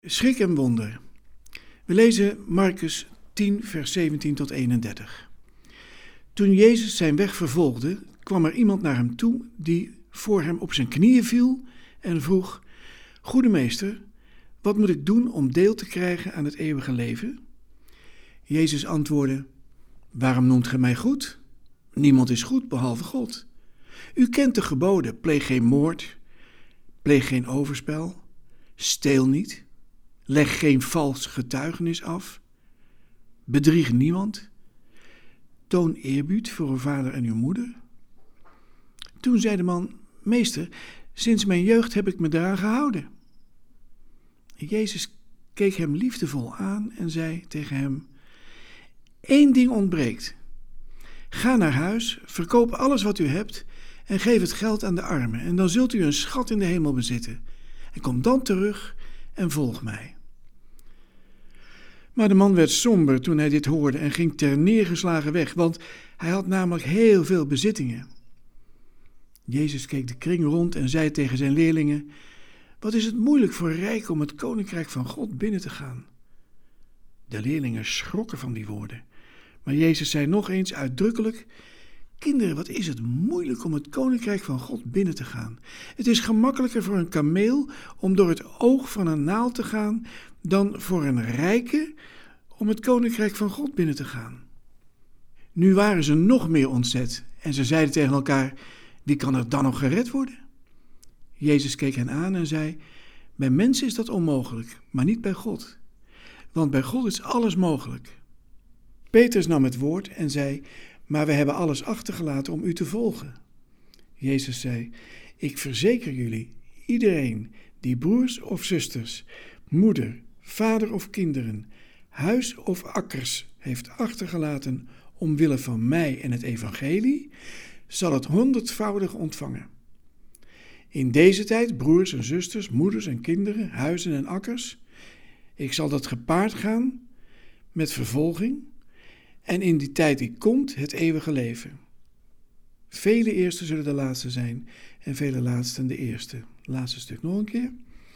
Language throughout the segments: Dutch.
Schrik en wonder. We lezen Marcus 10, vers 17 tot 31. Toen Jezus zijn weg vervolgde, kwam er iemand naar hem toe die voor hem op zijn knieën viel en vroeg: Goede meester, wat moet ik doen om deel te krijgen aan het eeuwige leven? Jezus antwoordde: Waarom noemt gij mij goed? Niemand is goed behalve God. U kent de geboden: pleeg geen moord, pleeg geen overspel, steel niet, leg geen vals getuigenis af, bedrieg niemand, toon eerbied voor uw vader en uw moeder. Toen zei de man: Meester, sinds mijn jeugd heb ik me daaraan gehouden. Jezus keek hem liefdevol aan en zei tegen hem: Eén ding ontbreekt. Ga naar huis, verkoop alles wat u hebt en geef het geld aan de armen, en dan zult u een schat in de hemel bezitten. En kom dan terug en volg mij. Maar de man werd somber toen hij dit hoorde en ging terneergeslagen weg, want hij had namelijk heel veel bezittingen. Jezus keek de kring rond en zei tegen zijn leerlingen: Wat is het moeilijk voor rijken om het koninkrijk van God binnen te gaan? De leerlingen schrokken van die woorden. Maar Jezus zei nog eens uitdrukkelijk: Kinderen, wat is het moeilijk om het koninkrijk van God binnen te gaan? Het is gemakkelijker voor een kameel om door het oog van een naald te gaan dan voor een rijke om het koninkrijk van God binnen te gaan. Nu waren ze nog meer ontzet en ze zeiden tegen elkaar: Wie kan er dan nog gered worden? Jezus keek hen aan en zei: Bij mensen is dat onmogelijk, maar niet bij God. Want bij God is alles mogelijk. Petrus nam het woord en zei: Maar we hebben alles achtergelaten om u te volgen. Jezus zei: Ik verzeker jullie, iedereen die broers of zusters, moeder, vader of kinderen, huis of akkers heeft achtergelaten omwille van mij en het evangelie, zal het 100voudig ontvangen. In deze tijd broers en zusters, moeders en kinderen, huizen en akkers. Ik zal dat gepaard gaan met vervolging en in die tijd die komt het eeuwige leven. Vele eersten zullen de laatste zijn en vele laatsten de eerste. Laatste stuk nog een keer.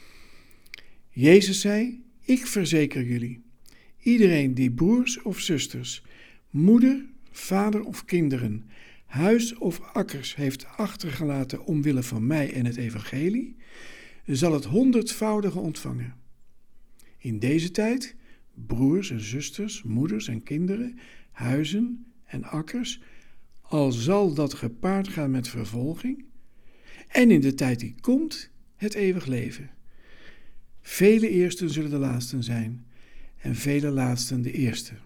Jezus zei: Ik verzeker jullie, iedereen die broers of zusters, moeder, vader of kinderen, huis of akkers heeft achtergelaten omwille van mij en het evangelie, zal het 100voudige ontvangen. In deze tijd, broers en zusters, moeders en kinderen, huizen en akkers, al zal dat gepaard gaan met vervolging, en in de tijd die komt, het eeuwig leven. Vele eersten zullen de laatsten zijn en vele laatsten de eersten.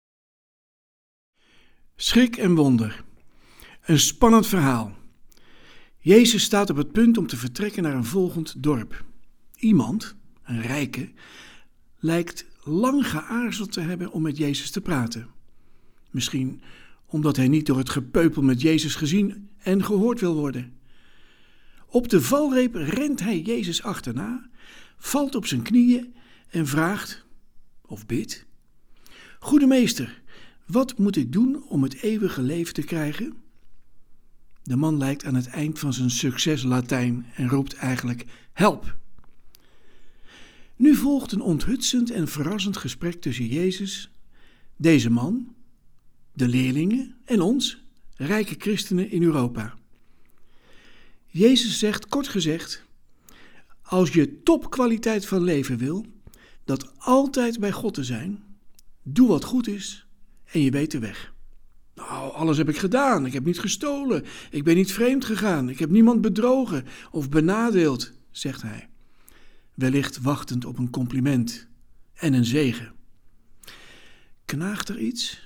Schrik en wonder. Een spannend verhaal. Jezus staat op het punt om te vertrekken naar een volgend dorp. Iemand, een rijke, lijkt lang geaarzeld te hebben om met Jezus te praten. Misschien omdat hij niet door het gepeupel met Jezus gezien en gehoord wil worden. Op de valreep rent hij Jezus achterna, valt op zijn knieën en vraagt, of bidt: Goede meester, wat moet ik doen om het eeuwige leven te krijgen? De man lijkt aan het eind van zijn succes Latijn en roept eigenlijk: Help! Nu volgt een onthutsend en verrassend gesprek tussen Jezus, deze man, de leerlingen en ons, rijke christenen in Europa. Jezus zegt kort gezegd: Als je topkwaliteit van leven wil, dat altijd bij God te zijn, doe wat goed is en je weet de weg. Nou, alles heb ik gedaan. Ik heb niet gestolen. Ik ben niet vreemd gegaan. Ik heb niemand bedrogen of benadeeld, zegt hij. Wellicht wachtend op een compliment en een zegen. Knaagt er iets?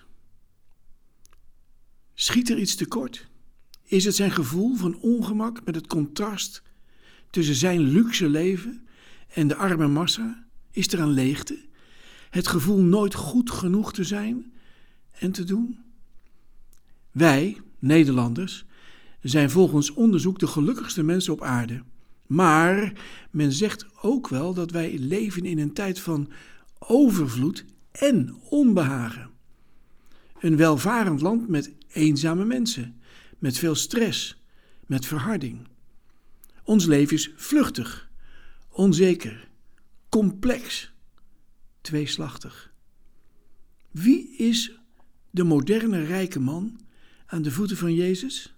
Schiet er iets tekort? Is het zijn gevoel van ongemak met het contrast tussen zijn luxe leven en de arme massa? Is er een leegte? Het gevoel nooit goed genoeg te zijn en te doen? Wij, Nederlanders, zijn volgens onderzoek de gelukkigste mensen op aarde. Maar men zegt ook wel dat wij leven in een tijd van overvloed en onbehagen. Een welvarend land met eenzame mensen, met veel stress, met verharding. Ons leven is vluchtig, onzeker, complex, tweeslachtig. Wie is de moderne rijke man aan de voeten van Jezus?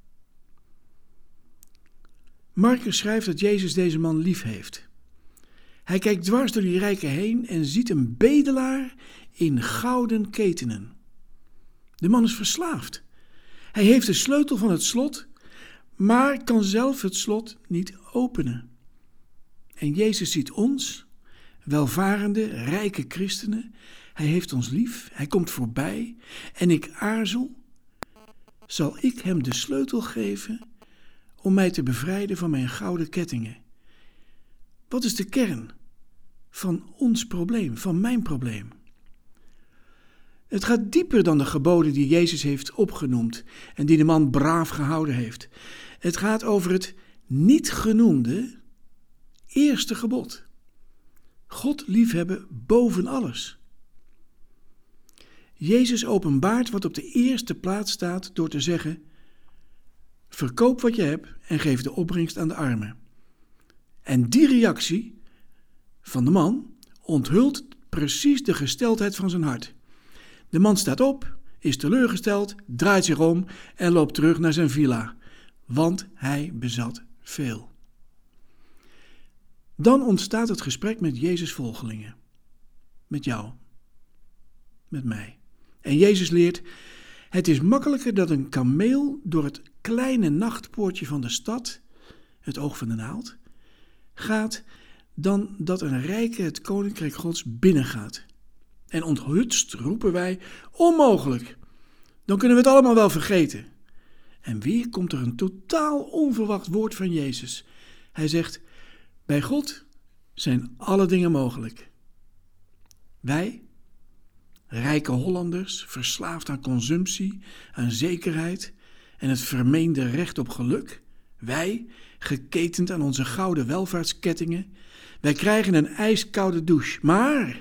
Markus schrijft dat Jezus deze man lief heeft. Hij kijkt dwars door die rijken heen en ziet een bedelaar in gouden ketenen. De man is verslaafd. Hij heeft de sleutel van het slot, maar kan zelf het slot niet openen. En Jezus ziet ons, welvarende, rijke christenen. Hij heeft ons lief, hij komt voorbij en ik aarzel. Zal ik hem de sleutel geven om mij te bevrijden van mijn gouden kettingen? Wat is de kern van ons probleem, van mijn probleem? Het gaat dieper dan de geboden die Jezus heeft opgenoemd en die de man braaf gehouden heeft. Het gaat over het niet genoemde eerste gebod. God liefhebben boven alles. Jezus openbaart wat op de eerste plaats staat door te zeggen: verkoop wat je hebt en geef de opbrengst aan de armen. En die reactie van de man onthult precies de gesteldheid van zijn hart. De man staat op, is teleurgesteld, draait zich om en loopt terug naar zijn villa, want hij bezat veel. Dan ontstaat het gesprek met Jezus' volgelingen. Met jou. Met mij. En Jezus leert: het is makkelijker dat een kameel door het kleine nachtpoortje van de stad, het oog van de naald, gaat, dan dat een rijke het koninkrijk Gods binnengaat. En onthutst roepen wij: onmogelijk, dan kunnen we het allemaal wel vergeten. En weer komt er een totaal onverwacht woord van Jezus. Hij zegt: bij God zijn alle dingen mogelijk. Wij, rijke Hollanders, verslaafd aan consumptie, aan zekerheid en het vermeende recht op geluk. Wij, geketend aan onze gouden welvaartskettingen. Wij krijgen een ijskoude douche. Maar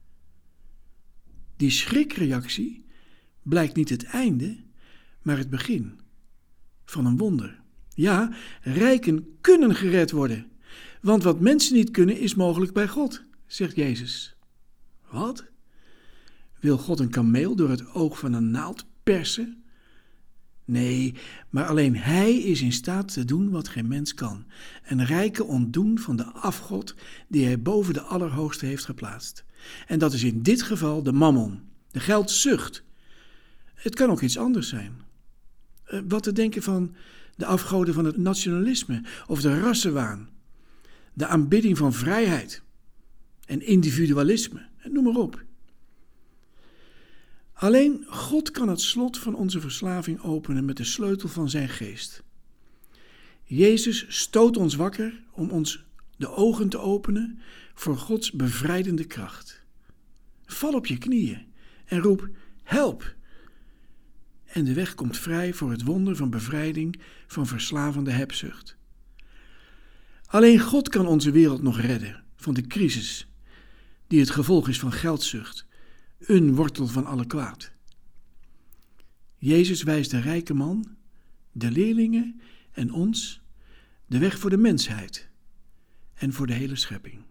die schrikreactie blijkt niet het einde, maar het begin van een wonder. Ja, rijken kunnen gered worden. Want wat mensen niet kunnen is mogelijk bij God, zegt Jezus. Wat? Wil God een kameel door het oog van een naald persen? Nee, maar alleen Hij is in staat te doen wat geen mens kan. Een rijke ontdoen van de afgod die Hij boven de Allerhoogste heeft geplaatst. En dat is in dit geval de mammon, de geldzucht. Het kan ook iets anders zijn. Wat te denken van de afgoden van het nationalisme of de rassenwaan. De aanbidding van vrijheid en individualisme, noem maar op. Alleen God kan het slot van onze verslaving openen met de sleutel van zijn geest. Jezus stoot ons wakker om ons de ogen te openen voor Gods bevrijdende kracht. Val op je knieën en roep: help! En de weg komt vrij voor het wonder van bevrijding van verslavende hebzucht. Alleen God kan onze wereld nog redden van de crisis die het gevolg is van geldzucht, een wortel van alle kwaad. Jezus wijst de rijke man, de leerlingen en ons de weg voor de mensheid en voor de hele schepping.